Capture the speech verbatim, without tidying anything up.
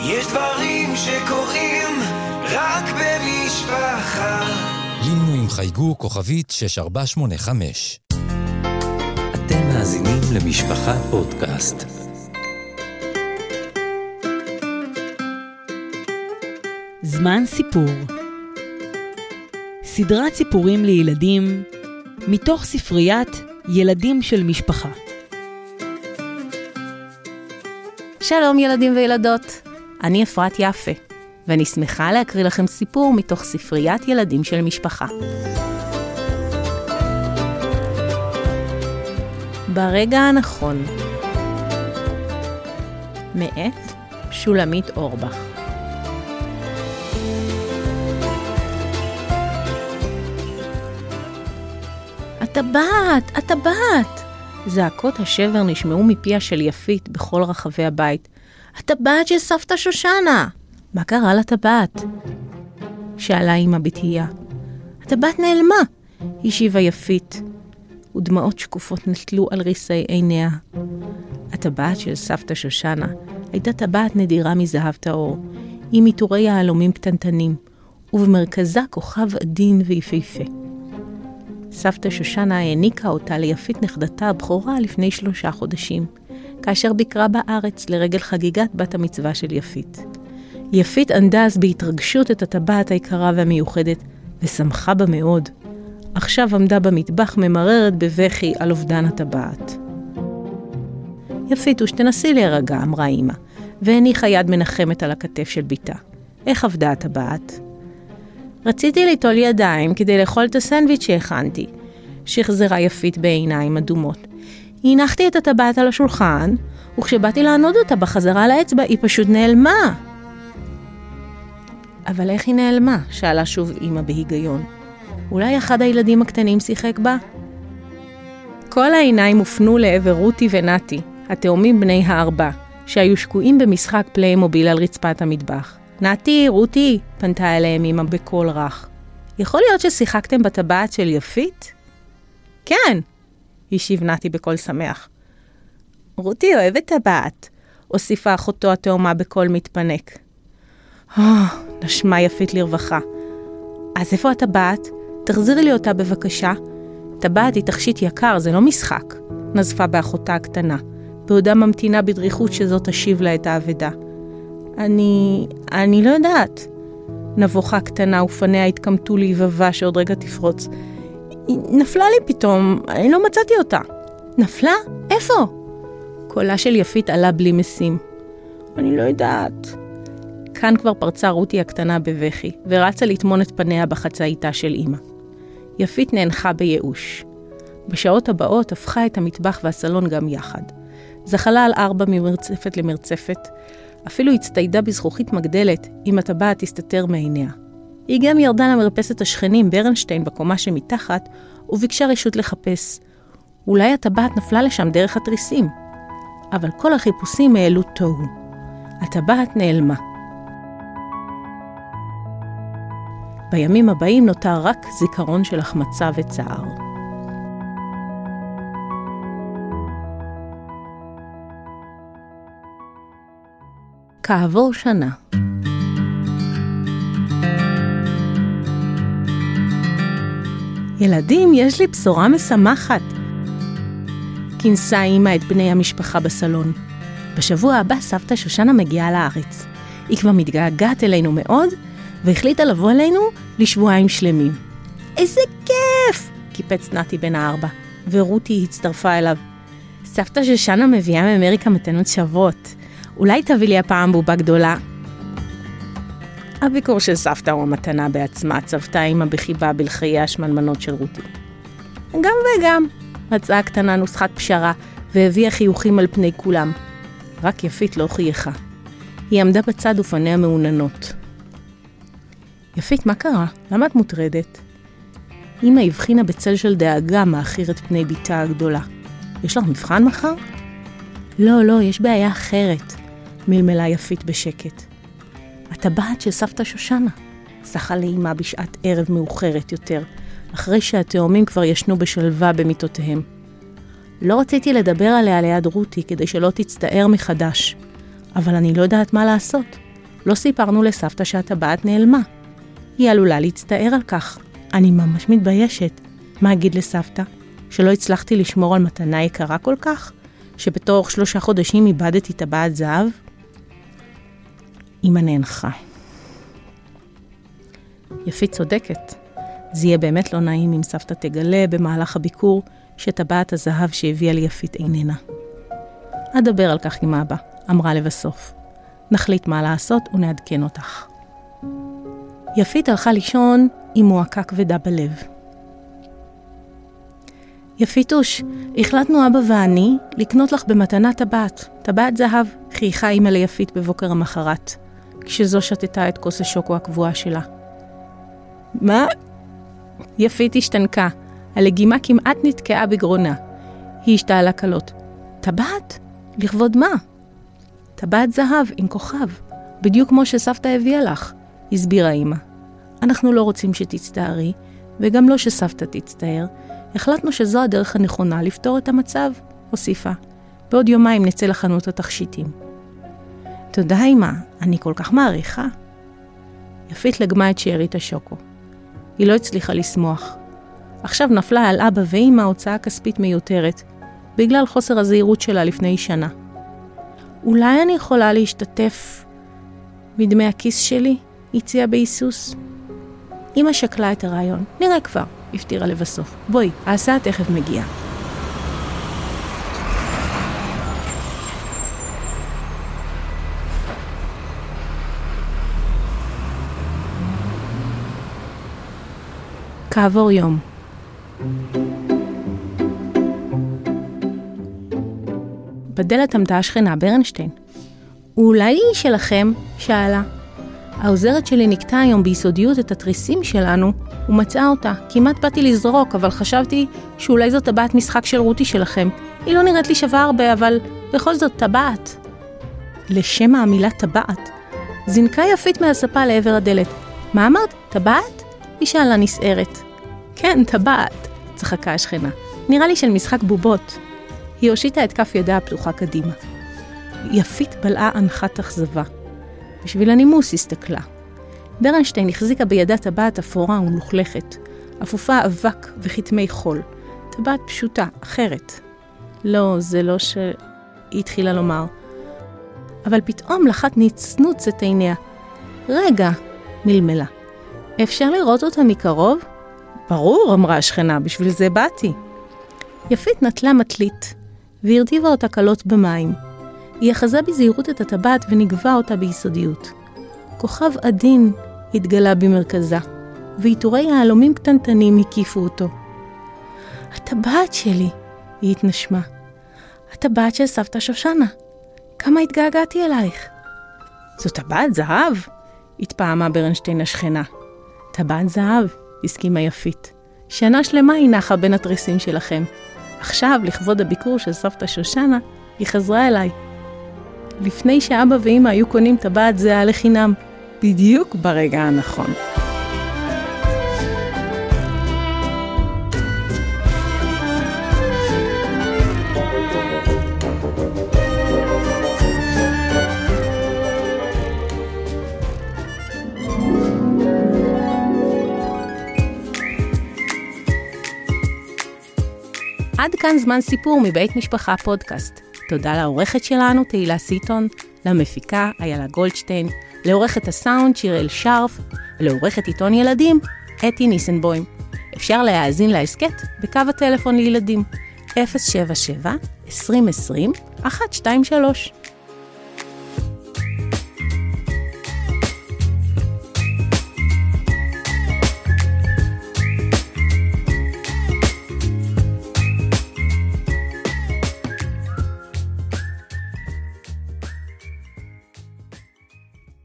יש דברים שקורים רק במשפחה. לינו עם חייגו כוכבית שש ארבע שמונה חמש. אתם מאזינים למשפחה פודקאסט. זמן סיפור. סדרת סיפורים לילדים מתוך ספריית ילדים של משפחה. שלום ילדים וילדות, אני אפרת יפה, ואני שמחה להקריא לכם סיפור מתוך ספריית ילדים של משפחה. ברגע הנכון, מאת שולמית אורבך. הטבעת, הטבעת! זעקות השבר נשמעו מפיה של יפית בכל רחבי הבית. הטבעת של סבתא שושנה! מה קרה לטבעת? שאלה אמא בתהייה. הטבעת נעלמה, השיבה יפית, ודמעות שקופות נטלו על ריסי עיניה. הטבעת של סבתא שושנה הייתה טבעת נדירה מזהב טהור, עם עיטורי יהלומים קטנטנים, ובמרכזה כוכב עדין ויפהפה. סבתא שושנה העניקה אותה ליפית נכדתה הבכורה לפני שלושה חודשים, כאשר ביקרה בארץ לרגל חגיגת בת המצווה של יפית. יפית ענדה אז בהתרגשות את הטבעת היקרה והמיוחדת, ושמחה בה מאוד. עכשיו עמדה במטבח ממררת בבכי על אובדן הטבעת. יפית, ושתנסי להירגע, אמרה אמא, והניחה יד מנחמת על הכתף של ביתה. איך עבדה הטבעת? רציתי ליטול ידיים כדי לאכול את הסנדוויץ' שהכנתי, שחזרה יפית בעיניים אדומות. הנחתי את הטבעת על השולחן, וכשבאתי לענוד אותה בחזרה על האצבע, היא פשוט נעלמה. אבל איך היא נעלמה? שאלה שוב אמא בהיגיון. אולי אחד הילדים הקטנים שיחק בה? כל העיניים הופנו לעבר רותי ונתי, התאומים בני הארבע, שהיו שקועים במשחק פליימוביל על רצפת המטבח. נתי, רותי, פנתה אליהם אמא בקול רך. יכול להיות ששיחקתם בטבעת של יפית? כן, השיב נתי בקול שמח. רותי אוהבת טבעת, הוסיפה אחותו התאומה בקול מתפנק. נשמה יפית לרווחה. אז איפה הטבעת? תחזירי לי אותה בבקשה. טבעת היא תכשיט יקר, זה לא משחק, נזפה באחותה הקטנה, בעודה ממתינה בדריכות שזאת תשיב לה את העבדה. אני... אני לא יודעת. נבוכה קטנה ופניה התקמטו להיבבה שעוד רגע תפרוץ. היא נפלה לי פתאום, אני לא מצאתי אותה. נפלה? איפה? קולה של יפית עלה בלי משים. אני לא יודעת. כאן כבר פרצה רותי הקטנה בבכי, ורצה לטמון את פניה בחצאיתה של אמא. יפית נאנחה בייאוש. בשעות הבאות הפכה את המטבח והסלון גם יחד. זחלה על ארבע ממרצפת למרצפת, אפילו הצטיידה בזכוכית מגדלת אם הטבעת תסתתר מעיניה. היא גם ירדה למרפסת השכנים ברנשטיין בקומה שמתחת, וביקשה רשות לחפש. אולי הטבעת נפלה לשם דרך התריסים. אבל כל החיפושים העלו תוהו. הטבעת נעלמה. בימים הבאים נותר רק זיכרון של החמצה וצער. כעבור שנה. ילדים, יש לי בשורה משמחת. כינסה אמא את בני המשפחה בסלון. בשבוע הבא סבתא שושנה מגיעה לארץ. היא כבר מתגעגעת אלינו מאוד, והחליטה לבוא אלינו לשבועיים שלמים. איזה כיף! קיפץ נתי בן הארבע, ורותי הצטרפה אליו. סבתא שושנה מביאה מאמריקה מתנות שוות. אולי תביא לי הפעם בובה גדולה? הביקור של סבתא הוא המתנה בעצמה, צבתה אמא בחיבה בלחיי השמנמנות של רותי. גם וגם, מצאה קטנה נוסחת פשרה, והביאה חיוכים על פני כולם. רק יפית לא חייכה. היא עמדה בצד ופניה מעוננות. יפית, מה קרה? למה את מוטרדת? אמא הבחינה בצל של דאגה מאחיר את פני ביתה הגדולה. יש לך מבחן מחר? לא, לא, יש בעיה אחרת, מלמלה יפית בשקט. הטבעת של סבתא שושנה, שחה לאמא בשעת ערב מאוחרת יותר, אחרי שהתאומים כבר ישנו בשלווה במיטותיהם. לא רציתי לדבר עליה ליד רותי כדי שלא תצטער מחדש, אבל אני לא יודעת מה לעשות. לא סיפרנו לסבתא שהטבעת נעלמה. היא עלולה להצטער על כך. אני ממש מתביישת. מה אגיד לסבתא? שלא הצלחתי לשמור על מתנה יקרה כל כך? שבתוך שלושה חודשים איבדתי טבעת זהב? אמא נאנחה. יפית צודקת. זה יהיה באמת לא נעים אם סבתא תגלה במהלך הביקור שטבעת הזהב שהביאה לי יפית איננה. אדבר על כך עם אבא, אמרה לבסוף. נחליט מה לעשות ונעדכן אותך. יפית הלכה לישון עם מועקה כבדה בלב. יפיתוש, החלטנו אבא ואני לקנות לך במתנה טבעת, טבעת זהב, חייכה אמא ליפית בבוקר המחרת, כשזו שתתה את כוס השוקו הקבועה שלה. מה? יפית השתנקה, הלגימה כמעט נתקעה בגרונה. היא השתעלה קלות. טבעת? לכבוד מה? טבעת זהב עם כוכב, בדיוק כמו שסבתא הביאה לך, הסבירה אמא. אנחנו לא רוצים שתצטערי, וגם לא שסבתא תצטער. החלטנו שזו הדרך הנכונה לפתור את המצב, הוסיפה. בעוד יומיים נצא לחנות התכשיטים. תודה אמא, אני כל כך מעריכה. יפית לגמה את שארית השוקו. היא לא הצליחה לשמוח. עכשיו נפלה על אבא ואמא הוצאה כספית מיותרת, בגלל חוסר הזהירות שלה לפני שנה. אולי אני יכולה להשתתף מדמי הכיס שלי? הציעה בהיסוס. אמא שקלה את הרעיון. נראה כבר, הפתירה לבסוף. בואי, ההסעה תכף מגיעה. כעבור יום. בדלת עמדה השכנה ברנשטיין. אולי היא שלכם? שאלה. העוזרת שלי נקטה היום ביסודיות את התריסים שלנו ומצאה אותה. כמעט באתי לזרוק, אבל חשבתי שאולי זאת טבעת משחק של רותי שלכם. היא לא נראית לי שווה הרבה, אבל בכל זאת טבעת. לשם המילה טבעת, זינקה יפית מהספה לעבר הדלת. מה אמרת? טבעת? היא שאלה נסערת. כן, טבעת, צחקה השכנה. נראה לי של משחק בובות. היא הושיטה את כף ידה הפתוחה קדימה. יפית בלעה אנחת אכזבה. בשביל הנימוס הסתכלה. ברנשטיין החזיקה בידה טבעת אפורה ומלוכלכת, אפופה אבק וחתמי חול. טבעת פשוטה, אחרת. לא, זה לא ש... היא התחילה לומר. אבל פתאום לחת נצנוץ את עיניה. רגע, מלמלה. אפשר לראות אותה מקרוב? ברור, אמרה השכנה, בשביל זה באתי. יפית נטלה מטלית, והרטיבה אותה קלות במים. היא אחזה בזהירות את הטבעת ונגבה אותה ביסודיות. כוכב עדין התגלה במרכזה, ועיטורי יהלומים קטנטנים הקיפו אותו. הטבעת שלי, היא התנשמה. הטבעת של סבתא שושנה. כמה התגעגעתי אלייך. זו טבעת זהב? התפעמה ברנשטיין השכנה. טבעת זהב, הסכימה יפית. שנה שלמה היא נחה בין התריסים שלכם. עכשיו, לכבוד הביקור של סבתא שושנה, היא חזרה אליי. לפני שאבא ואמא היו קונים טבעת זהה לחינם, בדיוק ברגע הנכון. עד כאן זמן סיפור מבית משפחה פודקאסט. תודה לעורכת שלנו, תהילה סיטון, למפיקה, איילה גולדשטיין, לעורכת הסאונד, שיראל שרף, ולעורכת עיתון ילדים, אתי ניסנבוים. אפשר להאזין להסקט בקו הטלפון לילדים, אפס שבע שבע עשרים עשרים אחת שתיים שלוש.